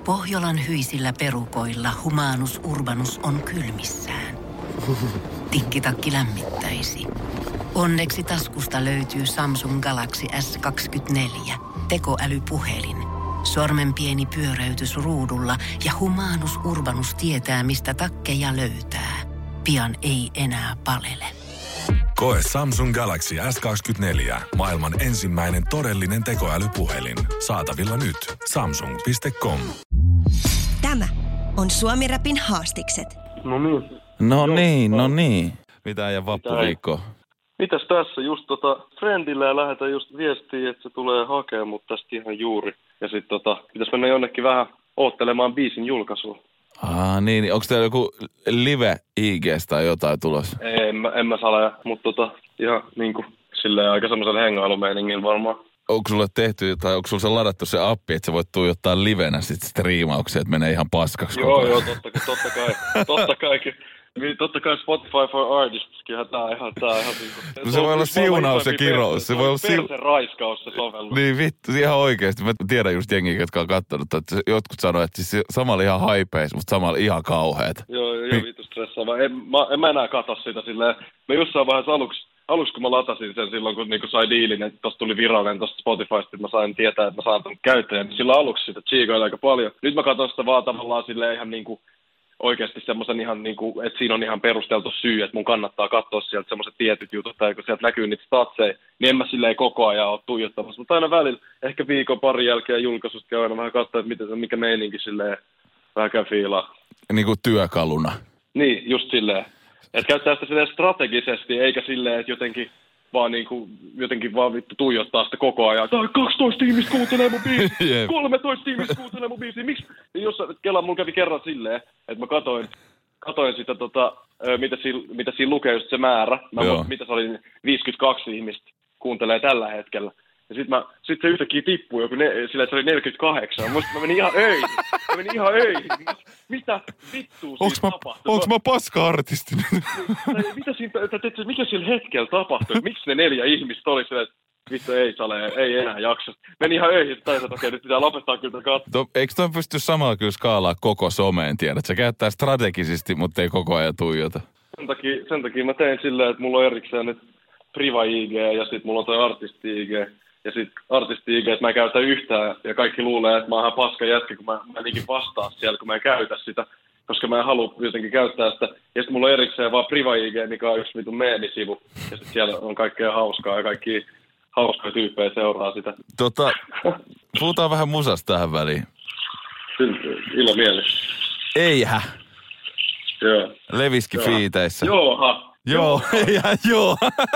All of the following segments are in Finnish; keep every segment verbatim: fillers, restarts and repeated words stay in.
Pohjolan hyisillä perukoilla Humanus Urbanus on kylmissään. Tikkitakki lämmittäisi. Onneksi taskusta löytyy Samsung Galaxy S kaksikymmentäneljä, tekoälypuhelin. Sormen pieni pyöräytys ruudulla ja Humanus Urbanus tietää, mistä takkeja löytää. Pian ei enää palele. Koe Samsung Galaxy S kaksikymmentäneljä, maailman ensimmäinen todellinen tekoälypuhelin. Saatavilla nyt. samsung piste com. Tämä on Suomi Rapin haastikset. No niin. No niin, no niin. Mitä ja vappuviikko? Mitäs tässä? Just tota friendillä ja lähetän just viestiä, että se tulee hakemaan mut tästä ihan juuri. Ja sit tota, pitäis mennä jonnekin vähän oottelemaan biisin julkaisua. Ah niin, niin. Onko teillä joku live I G:stä tai jotain tulossa? Ei, en mä, en mä sale, mutta tota, ihan niinku silleen aika semmoisella hengailumeiningillä varmaan. Onko sulle tehty, tai onko sulle ladattu se appi, että sä voit tuijottaa livenä sit striimauksia, että menee ihan paskaksi joo, koko ajan? Joo, totta, totta kai, totta kai. Totta kai Spotify for Artists, kyllähän tää on ihan, tää on ihan niinku... No se voi olla siunaus ja kirous. Se voi olla siu... persen raiskaus se sovellus. Niin vittu, ihan oikeesti. Mä tiedän just jengiä, jotka on kattonut, että jotkut sanoo, että siis samalla ihan haipeis, mutta samalla ihan kauheet. Joo, joo, vittu stressaavaa. En, mä, en mä enää katso sitä silleen. Mä jossain vaiheessa aluksi, aluksi kun mä latasin sen silloin, kun niinku sai diilin, että tosta tuli virallinen tosta Spotifysta, että mä sain tietää, että mä saan ton käyttäjän, niin silloin aluksi sitä tsiikailla aika paljon. Nyt mä katson sitä vaan tavallaan silleen ihan niinku... oikeasti semmoisen ihan niinku, että siinä on ihan perusteltu syy, että mun kannattaa katsoa sieltä semmoiset tietyt jutut, tai kun sieltä näkyy niitä statseja, niin en mä silleen koko ajan ole tuijottamassa. Mutta aina välillä, ehkä viikon pari jälkeen julkaisusta käy aina vähän katsoa, että miten, mikä meininki silleen vähän käy fiilaa. Niin kuin työkaluna. Niin, just silleen. Että käyttää sitä silleen strategisesti, eikä silleen, että jotenkin vaan niinku, jotenkin vaan vittu tuijottaa sitä koko ajan. Tai kaksitoista ihmistä kuuntelee mun biisiä, kolmetoista ihmistä kuuntelee mun biisiä. Miksi? Niin jos Kela, mulla kävi kerran silleen, että mä katoin, katoin sitä tota, mitä siinä, mitä siinä lukee just se määrä. Mä muistin, mitä se oli, viisikymmentäkaksi ihmistä kuuntelee tällä hetkellä. Ja sit, mä, sit se yhtäkkiä tippui joku, ne, sillä että se oli neljäkymmentäkahdeksan. Muistin, mä menin ihan öihin. Mä menin ihan öihin. Mitä vittua siinä tapahtui? Onks mä paska-artisti? Mitä siinä, että mikä sillä hetkellä tapahtui? Miksi ne neljä ihmistä oli sillä, että vittu ei sale, ei enää jaksa. Meni ihan öihin, että okei, okay, nyt pitää lopettaa kyllä katsoa. Eikö toi pysty samalla kyllä skaalaa koko someen, tiedät? Se käyttää strategisesti, mutta ei koko ajan tuijota. Sen takia, sen takia mä tein silleen, että mulla on erikseen nyt Priva I G ja sit mulla on toi Artisti I G. Ja sit Artisti I G, että mä en käytä yhtään ja kaikki luulee, että mä oon ihan paska jätkä, kun mä, mä niinkin vastaan siellä, kun mä en käytä sitä. Koska mä en halua jotenkin käyttää sitä. Ja sit mulla on erikseen vaan Priva I G, mikä on yksi vitun meemisivu. Ja sit siellä on kaikkea hauskaa ja kaikki hauskoja tyyppejä seuraa sitä. Tota, puhutaan vähän musasta tähän väliin. Ilo mieli. Eihän. Joo. Leviski joo. Fiiteissä. Jooha. Joo, eihän joo.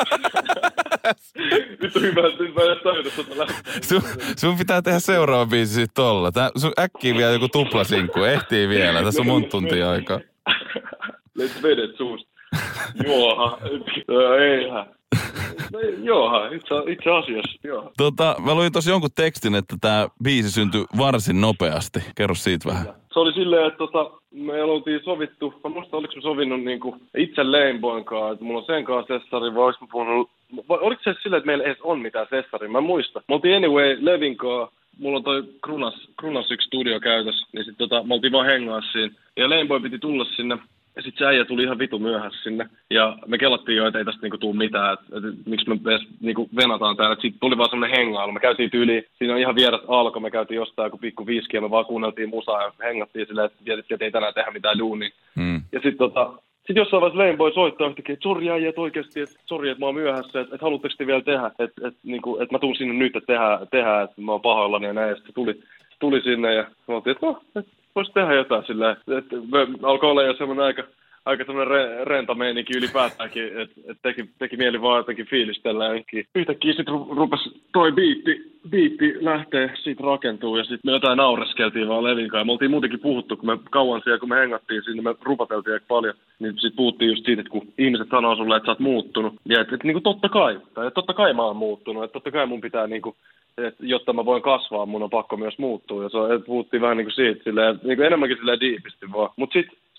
Nyt on hyvä, että nyt mä en tajuta tuota lähtee. Sun, sun pitää tehdä seuraava biisi sit tolla. Tää, sun äkkiä vielä joku tuplasinkku. Ehtii vielä. Tässä on monta tuntia aikaa. Let's vedet suusta. Jooha. Eihän. Jooha, itse, itse asiassa, joo. Tota, mä luin tossa jonkun tekstin, että tää biisi syntyi varsin nopeasti. Kerro siitä vähän. Se oli silleen, että tota, me oltiin sovittu, mä muistan, oliko me sovinnut niinku itse Lameboyn kanssa, että mulla on sen kanssa sessari, vai olis mä puhunut, vai oliko se silleen, että meillä edes on mitään sessaria, mä en muista. Me oltiin anyway Levin kanssa, mulla on toi Krunas, Krunas yksi studio käytössä, niin sit tota, me oltiin vaan hengaa siinä. Ja Lameboy piti tulla sinne. Ja sit se äijä tuli ihan vitu myöhässä sinne. Ja me kelattiin jo, että ei tästä niinku tuu mitään, että et, et, miksi me edes niinku venataan täällä. Sitten tuli vaan semmonen hengailu. Me käytiin tyyliin, siinä on ihan vieras alko, me käytiin jostain joku pikku viskiä, me vaan kuunneltiin musaa ja hengattiin silleen, että tietysti, että ei tänään tehdä mitään duunia. Mm. Ja sit tota, sit jossain vaiheessa Lameboy soittaa yhtäkkiä, että sori äijät oikeesti, että sori, että mä oon myöhässä, että et, haluatteko te vielä tehdä, että et, niinku, et mä tuun sinne nyt, että tehdään, tehdä, että mä oon pahoillani ja näin. Ja sit se tuli, tuli sinne ja me oltiin, että no, et, vois tehdä jotain silleen. Että alkoi olla jo semmonen aika... Aika semmoinen re- renta meininki ylipäätäänkin, että et teki, teki mieli vaan jotenkin fiilistellä johonkin. Yhtäkkiä sitten ru- rupesi toi biitti, biitti lähtee siitä rakentuu ja sitten me jotain naureskeltiin vaan Levin kanssa. Me oltiin muutenkin puhuttu, kun me kauan siellä, kun me hengattiin siinä, me rupateltiin aika paljon. Niin sitten puhuttiin just siitä, että kun ihmiset sanoo sulle, että sä oot muuttunut. Ja että et, niinku totta kai, tai että totta kai mä oon muuttunut, että totta kai mun pitää niinku, että jotta mä voin kasvaa, mun on pakko myös muuttua. Ja se on, että puhuttiin vähän niinku siitä silleen, niinku enemmänkin silleen diipisti vaan. Mut sit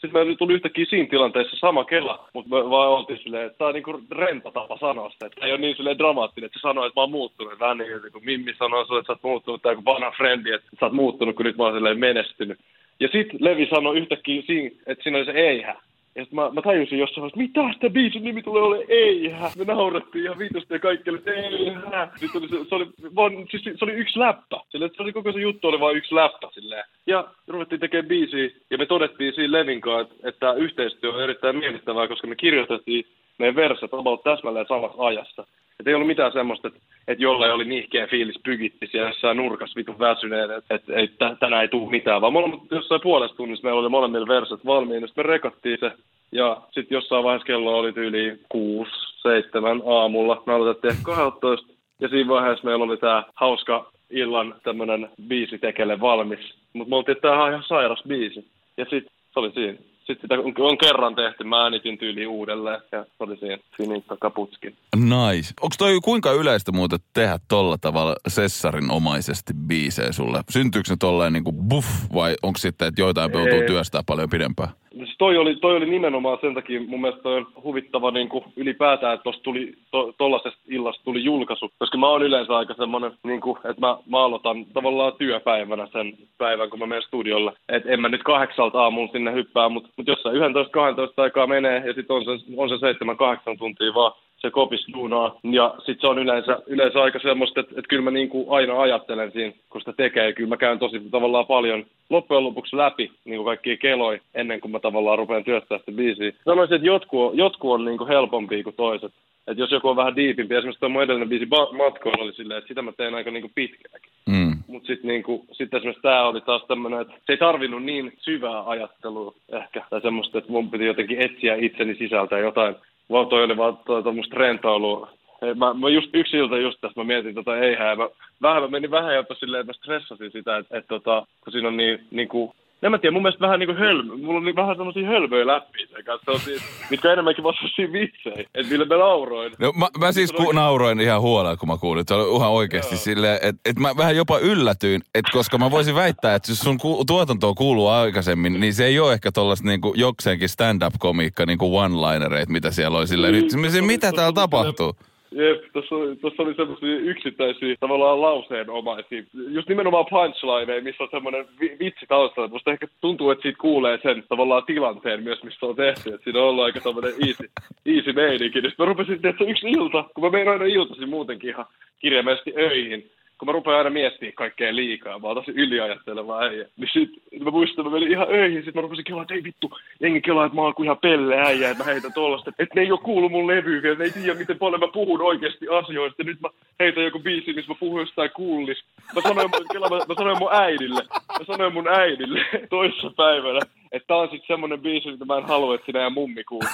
sitten me tuli yhtäkkiä siinä tilanteessa sama kela, mutta me vaan oltiin silleen, että tää on niinku rento tapa sanoa sitä, että ei ole niin silleen dramaattinen, että se sanoo, että mä oon muuttunut. Vähän niin kuin Mimmi sanoo sulle, että sä oot muuttunut, tai kuin vanha frendi, että sä oot muuttunut, kun nyt mä oon silleen menestynyt. Ja sitten Levi sanoi yhtäkkiä siinä, että siinä oli se eihä. Ja sitten mä, mä tajusin jossain vaiheessa, mitä sitä biisin nimi tulee olemaan eihä. Me naurettiin ihan vitusti ja kaikille, että eihä. Sitten oli, se, se, oli, vaan, siis se oli yksi läppä. Silleen, se oli koko se juttu oli vain yksi läppä. Silleen. Ja ruvettiin tekemään biisiä ja me todettiin siinä Levin kanssa, että, että yhteistyö on erittäin miellyttävää, koska me kirjoitettiin meidän verset about täsmälleen samassa ajassa. Että ei ollut mitään semmoista, että, että jollain oli nihkeä fiilis pygitti siellä jossain nurkas vitun väsyneen, että, että, että tänään ei tule mitään. Vaan molemmat jossain puolesta tunnissa meillä oli molemmilla verset valmiina, sitten me rekattiin se. Ja sitten jossain vaiheessa kello oli tyyli kuusi, seitsemän aamulla. Me aloitettiin kaksitoista. Ja siinä vaiheessa meillä oli tää hauska illan tämmönen biisitekele valmis. Mutta me oltiin, että tää on ihan sairas biisi. Ja sitten se oli siinä. Sitten sitä on kerran tehty, mä äänitin tyyliin uudelleen ja se oli siinä finita kaputskin. Nice. Onko toi kuinka yleistä muuten tehdä tolla tavalla sesarinomaisesti biisejä sulle? Syntyykö ne tolleen niinku buff vai onko sitten, että joitain joutuu työstää paljon pidempään? Toi oli, toi oli nimenomaan sen takia mun mielestä toi on huvittava niin kuin ylipäätään, että tosta tuli, to, tollasesta illasta tuli julkaisu. Koska mä oon yleensä aika semmonen, niin kuin, että mä, mä aloitan tavallaan työpäivänä sen päivän, kun mä menen studiolle. Että en mä nyt kahdeksalta aamulla sinne hyppää, mutta mut jossain yksitoista kaksitoista aikaa menee ja sit on se, on se seitsemän kahdeksan tuntia vaan se kopis duunaa. Ja sit se on yleensä, yleensä aika semmoista, että, että kyllä mä niinku aina ajattelen siinä, kun sitä tekee. Kyllä mä käyn tosi tavallaan paljon loppujen lopuksi läpi niinku kaikkia keloja ennen kuin mä tavallaan rupean työstämään sitä biisiä. Sanoisin, että jotkut, jotkut on niinku helpompia kuin toiset. Että jos joku on vähän diipimpi, esimerkiksi tuo mun edellinen biisi Matkoilla oli silleen, että sitä mä tein aika niinku pitkälläkin. Mm. Mutta sitten niinku, sit esimerkiksi tää oli taas tämmönen, että se ei tarvinnut niin syvää ajattelua ehkä. Tai semmoista, että mun piti jotenkin etsiä itseni sisältä jotain. Vaan toi oli vaan tuommoista rentoilua. Mä, mä just yksi ilta just tässä, mä mietin tota eihää, ja mä, vähän, mä menin vähän jopa silleen, että mä stressasin sitä, että et, tota, kun siinä on niin, niinku, en mä tiedä, mun mielestä vähän niinku hölmö, mulla on niin vähän semmosia hölmöjä läppiä sen kanssa, mitkä enemmänkin vaan semmosia vitsejä, että millä mä nauroin. No mä, mä siis ku, nauroin ihan huolella, kun mä kuulin, se oli ihan oikeesti silleen, että et mä vähän jopa yllätyin, että koska mä voisin väittää, että jos sun ku, tuotantoa kuuluu aikaisemmin, niin se ei ole ehkä tollaista niinku jokseenkin stand-up-komiikka, niinku one-linereita, mitä siellä oli silleen, nyt se, mitä täällä tapahtuu? Jep, tuossa oli, oli semmoisia yksittäisiä tavallaan lauseenomaisia, just nimenomaan punchlineja, missä on semmoinen vi- vitsi taustalla. Musta ehkä tuntuu, että siitä kuulee sen tavallaan tilanteen myös, missä on tehty. Että siinä on ollut aika tommoinen easy, easy meininki. Sitten mä rupesin, että yksi ilta, kun mä menen aina iltaisin muutenkin ihan kirjaimellisesti öihin. Kun mä rupean aina miettimään kaikkea liikaa, mä oon tosi yliajatteleva äijä. Niin sit mä muistan, että mä menin ihan öihin, sit mä rupesin kelaa, että ei vittu, jengi kelaa, että mä oon kuin ihan pelle äijä, että mä heitän tollasta. Että ne ei oo kuullut mun levyä, että ne ei tiedä, miten paljon mä puhun oikeesti asioista. Ja nyt mä heitän joku biisi, missä mä puhun jostain kuullis. Mä sanoin, kelaa, mä, mä sanoin mun äidille, mä sanoin mun äidille toissa päivänä, että tää on sit semmonen biisi, mitä mä en halua, että sinä ja mummi kuulee.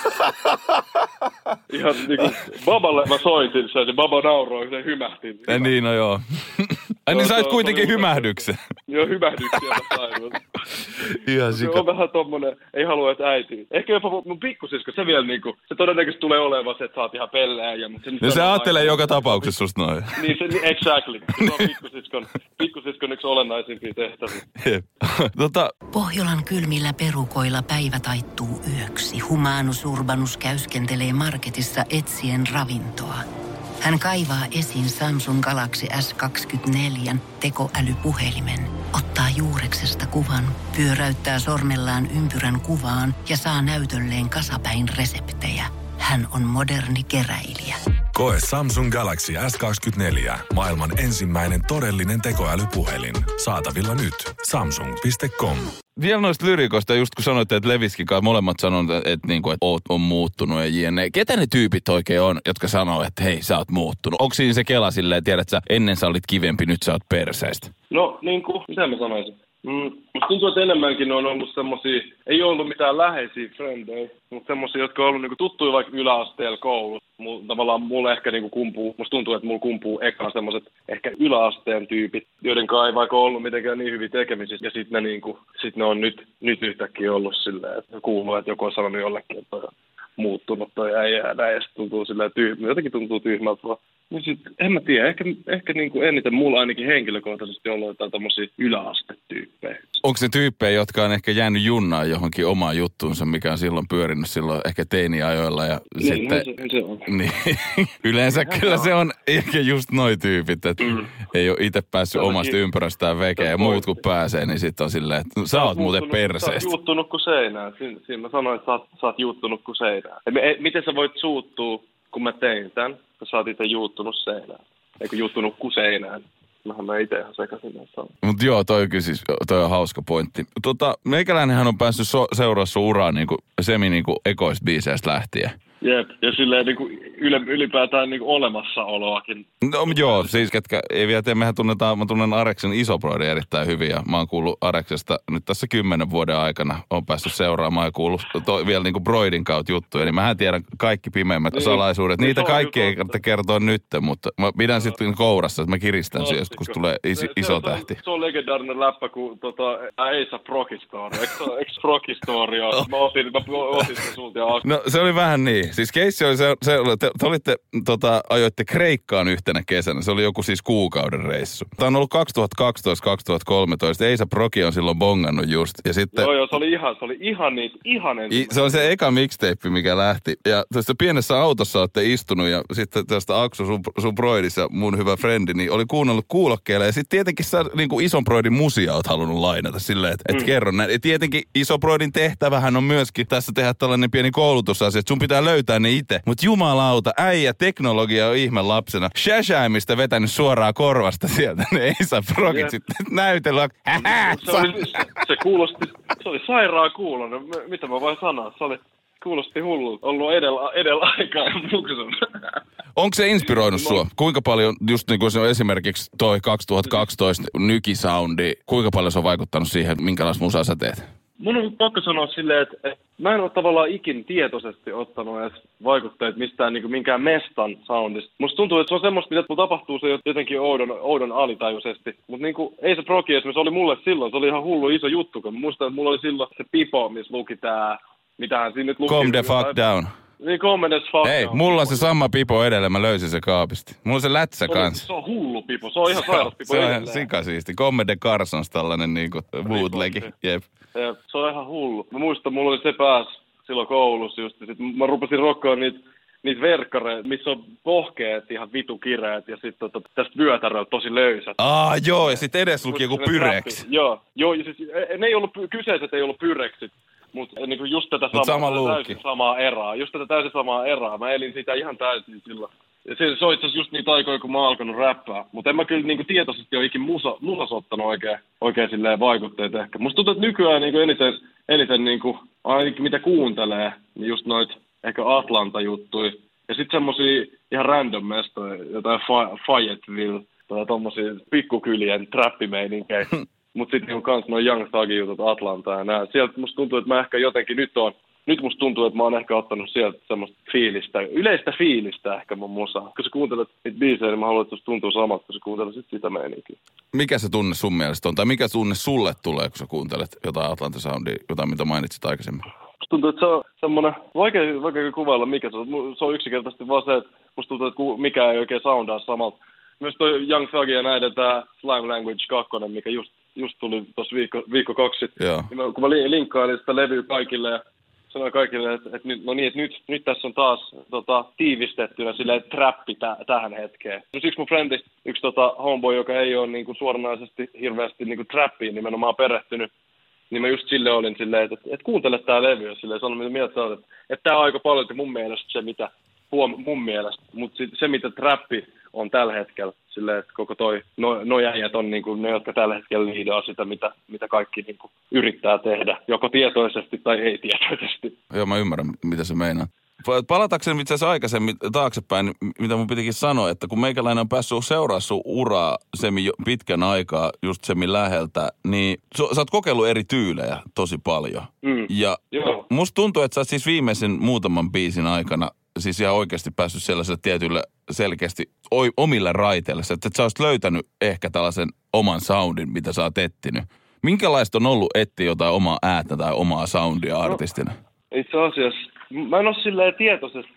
Ihan niinku, baballe mä soitin sen, ja baba nauroi, se hymähti. Ja niin, no joo. Ai niin sait kuitenkin hymähdyksen. Joo, hymähdyksiä mä sain. Ihan Se sika. on vähän tommonen, ei halua, että äiti. Ehkä jopa mun pikkusisko, se vielä niinku, se todennäköisesti tulee olemaan se, että sä oot ihan pelleäjä. Mutta se, no se ajattelee joka tapauksessa susta noin. Niin, se, niin, exactly. Se on pikkusiskon, pikkusiskon yksi olennaisimpia tehtäviä. tota... Pohjolan kylmillä perukoilla päivä taittuu yöksi. Humanus Urbanus käyskentelee marketissa etsien ravintoa. Hän kaivaa esiin Samsung Galaxy S kaksikymmentäneljä tekoälypuhelimen, ottaa juureksesta kuvan, pyöräyttää sormellaan ympyrän kuvaan ja saa näytölleen kasapäin reseptejä. Hän on moderni keräilijä. Koe Samsung Galaxy S kaksikymmentäneljä. Maailman ensimmäinen todellinen tekoälypuhelin. Saatavilla nyt. samsung piste com. Vielä noista lyrikoista, just kun sanoitte, että Leviskin kai molemmat sanoo, että, että, niinku, että oot on muuttunut ja jne. Ketä ne tyypit oikein on, jotka sanoo, että hei, sä oot muuttunut? Onko siinä se kela silleen, tiedät sä, ennen sä olit kivempi, nyt sä oot perseestä? No, niin kuin, mitä mä sanoisin? Mm, musta tuntuu, että enemmänkin on ollut semmosia, ei ollut mitään läheisiä frendejä, mutta semmosia, jotka on ollut niinku tuttuja vaikka yläasteella koulussa. Mul, tavallaan mulle ehkä niinku kumpuu, musta tuntuu, että mulla kumpuu eka semmoset ehkä yläasteen tyypit, joiden kanssa ei vaikka ollut mitenkään niin hyvin tekemisissä. Ja sit ne, niinku, sit ne on nyt, nyt yhtäkkiä ollut silleen, että kuuluu, että joku on sanonut jollekin, että on muuttunut toi äijä ja näin. Ja sit tuntuu silleen tyhmältä, jotenkin tuntuu tyhmältä vaan. No sit, en mä tiedä, ehkä, ehkä niinku eniten mulla ainakin henkilökohtaisesti ollut jotain tommosia yläastetyyppejä. Onko se tyyppejä, jotka on ehkä jäänyt junnaan johonkin omaan juttuunsa, mikä on silloin pyörinyt silloin ehkä teiniajoilla ja niin, sitten... Se, se on. Niin, yleensä kyllä se on ehkä just noi tyypit, että mm. ei ole itse päässyt omasta ympäröstään vekeä ja muut kun pääsee, niin sitten on silleen, että sä oot muuten perseestä. Sä oot juuttunut kuin seinään. Siinä, siinä mä sanoin, että sä oot, sä oot juuttunut kuin seinään. E, miten sä voit suuttua, kun mä tein tämän, kun sä oot itse juuttunut seinään? Eikö juuttunut kuin seinään? Mähän mä itse ihan sekaisin näissä. Mut joo, toi kyllä siis, toi on hauska pointti. Tota, meikäläinenhän on päässyt so, seuraa sun uraa niinku semi niinku ekoista biiseistä lähtien. Jep, ja silleen niinku ylipäätään niinku olemassaoloakin. No joo, siis ketkä ei vielä tee, mehän tunnetaan, mä tunnen Areksen Isobroidin erittäin hyvin ja mä oon kuullut Areksesta nyt tässä kymmenen vuoden aikana, on päässyt seuraamaan ja kuullut to, vielä niinku Broidin kautta juttuja, niin mähän tiedän kaikki pimeimmät niin, salaisuudet. Niin Niitä kaikki ei kannata kertoa nyt, mutta mä pidän sitten kourassa, että mä kiristän no, sen, kun tulee isi, se, iso se, tähti. Se, se on legendaarinen läppä, kun tota, ei saa Prokistory. Eikö Prokistory ole? Mä otin, mä otin sen sulta ja askin. No se oli vähän niin. Siis keissi oli se, se te, te olitte, tota, ajoitte Kreikkaan yhtenä kesänä. Se oli joku siis kuukauden reissu. Tämä on ollut kaksituhattakaksitoista kaksituhattakolmetoista. Eisa Proki on silloin bongannut just. Ja sitten, joo, joo, se oli ihan, se oli ihan niitä, ihan ensimmäinen. Se on se eka mixtape, mikä lähti. Ja tästä pienessä autossa olette istunut ja sitten tästä Aksu, sun, sun broidissa, mun hyvä frendi, niin oli kuunnellut kuulokkeella. Ja sitten tietenkin sä niin kuin ison broidin musia oot halunnut lainata silleen, että et mm. kerro näin. Ja tietenkin iso broidin tehtävähän on myöskin tässä tehdä tällainen pieni koulutusasia, että sun pitää löytää ne itse. Mutta jumalauta, äijä teknologia on ihme lapsena. Shazamista vetänyt suoraan korvasta sieltä. Ne ei saa prokit yeah. sitten näytellä. Se, oli, se, se kuulosti, se oli sairaan kuulonen. Mitä mä voin sanoa? Se oli, kuulosti hullu. Ollut edellä, edellä aikaa ja muksun. Onko se inspiroinut sua? Kuinka paljon, just niin kuin se on esimerkiksi toi kaksituhattakaksitoista nykisoundi, kuinka paljon se on vaikuttanut siihen, minkälaista musaa sä teet? Mun on pakko sanoa silleen, että, että mä en ole tavallaan ikin tietoisesti ottanut edes vaikutteet mistään niin kuin minkään mestan soundista. Musta tuntuu, että se on semmoista, mitä tapahtuu se jotenkin oudon, oudon alitajuisesti. Mutta niin kuin ei se Proki esimerkiksi oli mulle silloin, se oli ihan hullu iso juttu. Kun mä muistan, että mulla oli silloin se pipo, missä luki tää, mitähän siinä nyt luki. Calm the fuck down. Niin, calm the fuck Hei, down. mulla on se sama pipo edellä, mä löysin se kaapista. Mulla on se lätsä se kanssa. Se on hullu pipo, se on ihan sairas pipo. Se on ihan sikasiisti. Calm the Carsons tällainen niinku bootleggi. Jep. Jep, se on ihan hullu. Mä muistan, mulla oli se pääs silloin koulussa just, ja sit mä rupesin rokkoa niitä niitä verkkareita, missä on pohkeet ihan vitu kireet, ja sitten tota, tästä vyötäröltä tosi löysät. Aa, joo, ja sitten edes luki joku pyreksi. Joo, joo, ja siis ne ei ollut, kyseiset ei ollut pyreksit, mutta niinku just tätä Mut samaa, sama täysin samaa eraa, just tätä täysin samaa eraa. Mä elin sitä ihan täysin silloin. Ja se, se on itse asiassa just niitä aikoja, kun mä oon alkanut räppää. Mutta en mä kyllä niinku tietoisesti ole ikin musa, musas ottanut oikein, oikein silleen vaikutteita ehkä. Musta tuntuu, että nykyään niinku eniten, eniten niinku, ainakin mitä kuuntelee, niin just noit ehkä Atlanta-juttuja. Ja sit semmosia ihan random mestoja, jotain Fayetteville, tai tommosia pikkukylien trappimeininkeja. Mut sit niinku kans noin Young Thugin jutut Atlanta ja nää. Sieltä musta tuntuu, että mä ehkä jotenkin nyt on, nyt musta tuntuu, että mä oon ehkä ottanut sieltä semmoista fiilistä, yleistä fiilistä ehkä mun musaa. Kun sä kuuntelet niitä biisejä, niin mä haluan, että se tuntuu samalta, kun sä kuuntelet sit sitä meininkiä. Mikä se tunne sun mielestä on, tai mikä tunne sulle tulee, kun sä kuuntelet jotain Atlanta Soundia, jotain mitä mainitsit aikaisemmin? Musta tuntuu, että se on semmoinen, vaikea, vaikea kuvailla mikä se on. Se on yksinkertaisesti vaan se, että musta tuntuu, että mikä ei oikein soundaa samalta. Myös toi Young Thug ja näiden tää Slime Language kaksi, mikä just, just tuli tossa viikko, viikko kaksi sitten. Niin kun mä linkkailin sitä levyä kaikille ja sanoin kaikille, että, että, no niin, että nyt, nyt tässä on taas tota, tiivistettynä silleen trappi tä, tähän hetkeen. No siksi mun frendi, yksi tota, homeboy, joka ei ole niinku suoranaisesti hirveästi niinku trappiin nimenomaan perehtynyt, niin mä just sille olin silleen, että, että kuuntele tää levy ja silleen sanon, mitä mieltä sä olet. Että, että tää on aika paljon mun mielestä se, mitä, huom, mun mielestä, mutta se, mitä trappi on tällä hetkellä, silleen, että koko toi, no, no jäijät on niinku ne, jotka tällä hetkellä liidaa sitä, mitä, mitä kaikki niinku yrittää tehdä, joko tietoisesti tai ei tietoisesti. Joo, mä ymmärrän, mitä se meinaa. Palatakseni itse asiassa aikaisemmin taaksepäin, mitä mun pitikin sanoa, että kun meikäläinen on päässyt seuraa sun uraa semmin pitkän aikaa, just semmin läheltä, niin sä oot kokeillut eri tyylejä tosi paljon. Mm. Ja Joo. musta tuntuu, että sä oot siis viimeisen muutaman biisin aikana siis ihan oikeasti päässyt sellaiselle tietylle selkeästi omille raiteille, että sä olisit löytänyt ehkä tällaisen oman soundin, mitä sä oot etsinyt. Minkälaista on ollut etsiä jotain omaa äättä tai omaa soundia artistina? No, itse asiassa, mä en ole silleen tietoisesti,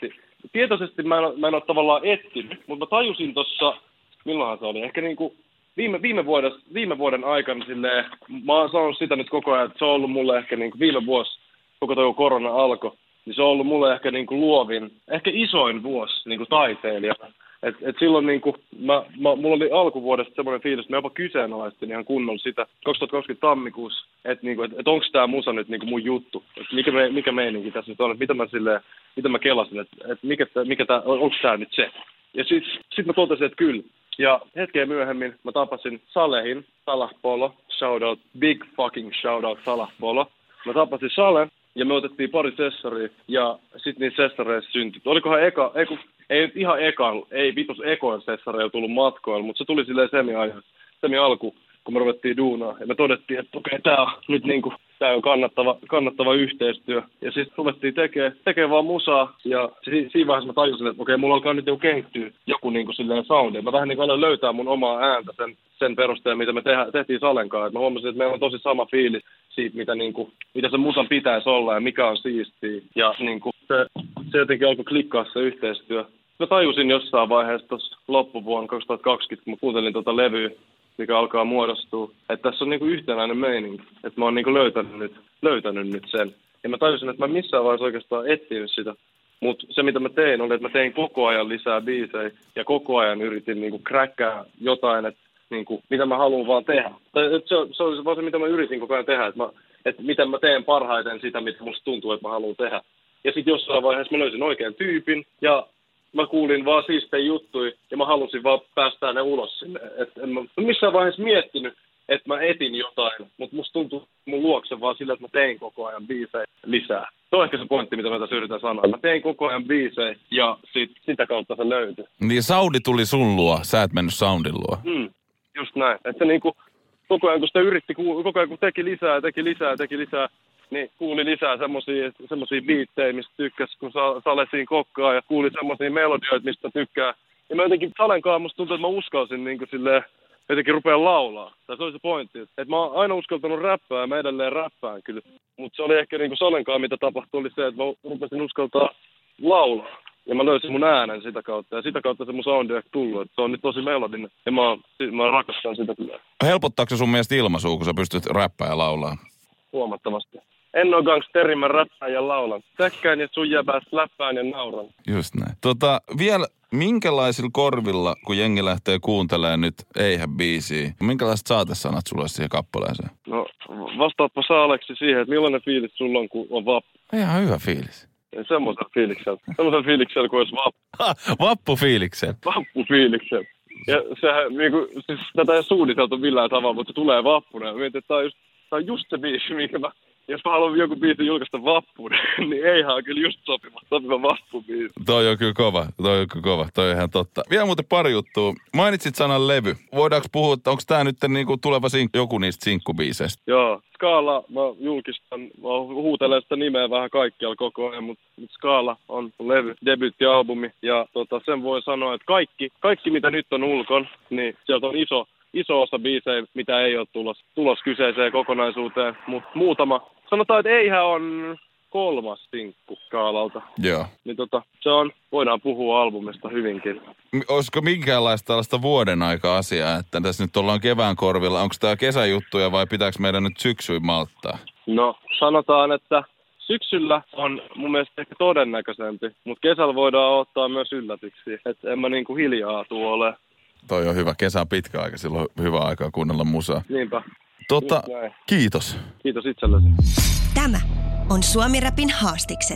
tietoisesti mä en, mä en ole tavallaan etsinyt, mutta mä tajusin tossa, milloinhan se oli, ehkä niinku viime, viime, vuoden, viime vuoden aikana silleen, mä oon sanonut sitä nyt koko ajan, että se on ollut mulle ehkä niinku viime vuosi, koko toi korona alkoi, niin se on ollut mulle ehkä niinku luovin, ehkä isoin vuosi niinku taiteilijana. Et, et silloin niinku, mä, mä, mulla oli alkuvuodesta semmoinen fiilis, että mä jopa kyseenalaistin ihan kunnolla sitä kaksituhattakaksikymmentä tammikuussa, että niinku, et, et onko tää musa nyt niinku mun juttu, että mikä, me, mikä meininki tässä nyt on, että mitä mä silleen, mitä mä kelasin, että et mikä, mikä tää, onko tää nyt se. Ja sit, sit mä totesin, että kyllä. Ja hetkeä myöhemmin mä tapasin Salehin, Salah Polo, shoutout, big fucking shoutout Salah Polo. Mä tapasin Salen ja me otettiin pari sessaria ja sit niissä sessareissa syntyi. Olikohan eka, ei, ei nyt ihan ekan, ei vitus ekoin sessareilla tullut matkoilla, mutta se tuli silleen semi-ajoissa, semi-alku, kun me ruvettiin duunaa. Ja me todettiin, että okei, okay, tää on nyt niinku, tää on kannattava, kannattava yhteistyö. Ja sitten ruvettiin tekemään tekee vaan musaa. Ja si- siinä vaiheessa mä tajusin, että okei, okay, mulla alkaa nyt niinku kehittyä joku niinku silleen soundi. Mä vähän niinku aloin löytää mun omaa ääntä sen, sen perusteella, mitä me tehdä, tehtiin Salen kanssa. Et mä huomasin, että meillä on tosi sama fiilis siitä, mitä, niinku, mitä se musan pitäisi olla ja mikä on siistiä. Ja niinku, se, se jotenkin alkoi klikkaa se yhteistyö. Mä tajusin jossain vaiheessa tuossa loppuvuonna kaksituhattakaksikymmentä, kun mä kuuntelin tuota levyä, mikä alkaa muodostua, että tässä on niinku yhtenäinen meininki, että mä oon niinku löytänyt nyt, löytänyt nyt sen. Ja mä tajusin, että mä missään vaiheessa oikeastaan etsinyt sitä, mutta se mitä mä tein oli, että mä tein koko ajan lisää biisejä ja koko ajan yritin niinku crackkaa jotain, että niinku, mitä mä haluan vaan tehdä. Tai, se, se oli vaan se, mitä mä yritin koko ajan tehdä, että, mä, että miten mä teen parhaiten sitä, mitä musta tuntuu, että mä haluan tehdä. Ja sitten jossain vaiheessa mä löysin oikean tyypin ja mä kuulin vaan siistejä juttuja ja mä halusin vaan päästää ne ulos sinne. Et en mä missään vaiheessa miettinyt, että mä etin jotain, mutta musta tuntui mun luokse vaan sillä, että mä tein koko ajan biisejä lisää. Se on ehkä se pointti, mitä mä tässä yritän sanoa. Mä tein koko ajan biisejä ja sit, sitä kautta se löytyi. Niin soundi tuli sun luo, sä et mennyt soundin luo. Mm, just näin. Että se niinku koko ajan kun sitä yritti, koko ajan kun teki lisää, teki lisää, teki lisää, niin kuuli lisää semmosia, semmosia biittejä, mistä tykkäs, kun sa- Sale siinä kokkaa ja kuuli semmosia melodioita, mistä tykkää. Ja mä jotenkin Salen kanssa musta tuntuu, että mä uskalsin niin kuin silleen, jotenkin rupea laulaa. Tai se oli se pointti. Että mä oon aina uskaltanut räppää ja mä edelleen räppään kyllä. Mutta se oli ehkä niin kuin Salen kanssa, mitä tapahtui, oli se, että mä rupesin uskaltaa laulaa. Ja mä löysin mun äänen sitä kautta. Ja sitä kautta se mun soundi on tullut. Että se on nyt tosi melodinen. Ja mä, mä rakastan sitä kyllä. Helpottaako se sun mielestä ilmaisua, kun sä pystyt räppää ja laulaa? Huomattavasti. En oo gangsteri, mä räppään ja laulan. Täkkään ja sun jäbäästä läppään ja nauran. Just näin. Tota, vielä minkälaisilla korvilla, kun jengi lähtee kuuntelemaan nyt Eihän biisiä, minkälaiset saatesanat sulla olisi siihen kappaleeseen? No, vastaatpa sä Aleksi siihen, että millainen fiilis sulla on, kun on vappu? Ihan hyvä fiilis. Semmoisella fiiliksellä. Semmoisella fiiliksellä, kun olisi vappu. Ha, vappufiiliksellä. Vappufiiliksellä. Ja sehän, niinku, siis tätä ei ole suunniteltu millään tavalla, mutta se tulee vappuna. Ja mietin, että tää on just, tää on just se biisi, minkä mä, jos mä haluan joku biisi julkaista vappuna, niin eihän on kyllä just sopiva, sopiva vappubiisi. Toi on kyllä kova, toi on kyllä kova, toi on ihan totta. Vielä muuten pari juttua. Mainitsit sanan levy. Voidaanko puhua, että onko tää nyt niinku tuleva sink, joku niistä sinkkubiiseistä? Joo, Skaala, mä julkistan, mä huutelen sitä nimeä vähän kaikkialla koko ajan, mutta mut Skaala on levy, debyyttialbumi, ja tota, sen voi sanoa, että kaikki, kaikki mitä nyt on ulkon, niin sieltä on iso, iso osa biisejä, mitä ei ole tulos, tulos kyseiseen kokonaisuuteen, mutta muutama, sanotaan, että eihän on kolmas sinkku Skaalalta. Joo. Niin tota, se on, voidaan puhua albumista hyvinkin. Olisiko minkäänlaista tällaista vuoden aika asiaa, että tässä nyt ollaan kevään korvilla, onko tämä kesäjuttuja vai pitääkö meidän nyt syksyyn malttaa? No, sanotaan, että syksyllä on mun mielestä ehkä todennäköisempi, mutta kesällä voidaan ottaa myös yllätyksiä, että en mä niinku hiljaa tuole. Toi on hyvä, kesä on pitkä aika, silloin on hyvä aikaa kuunnella musaa. Niinpä. Tota, kiitos. Kiitos itsellesi. Tämä on Suomi Rapin haastikset.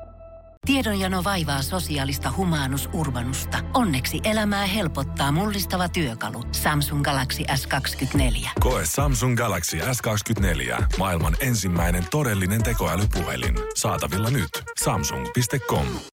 Tiedonjano vaivaa sosiaalista humanus urbanusta. Onneksi elämää helpottaa mullistava työkalu. Samsung Galaxy S kaksikymmentäneljä. Koe Samsung Galaxy S kaksikymmentäneljä. Maailman ensimmäinen todellinen tekoälypuhelin. Saatavilla nyt. Samsung piste com.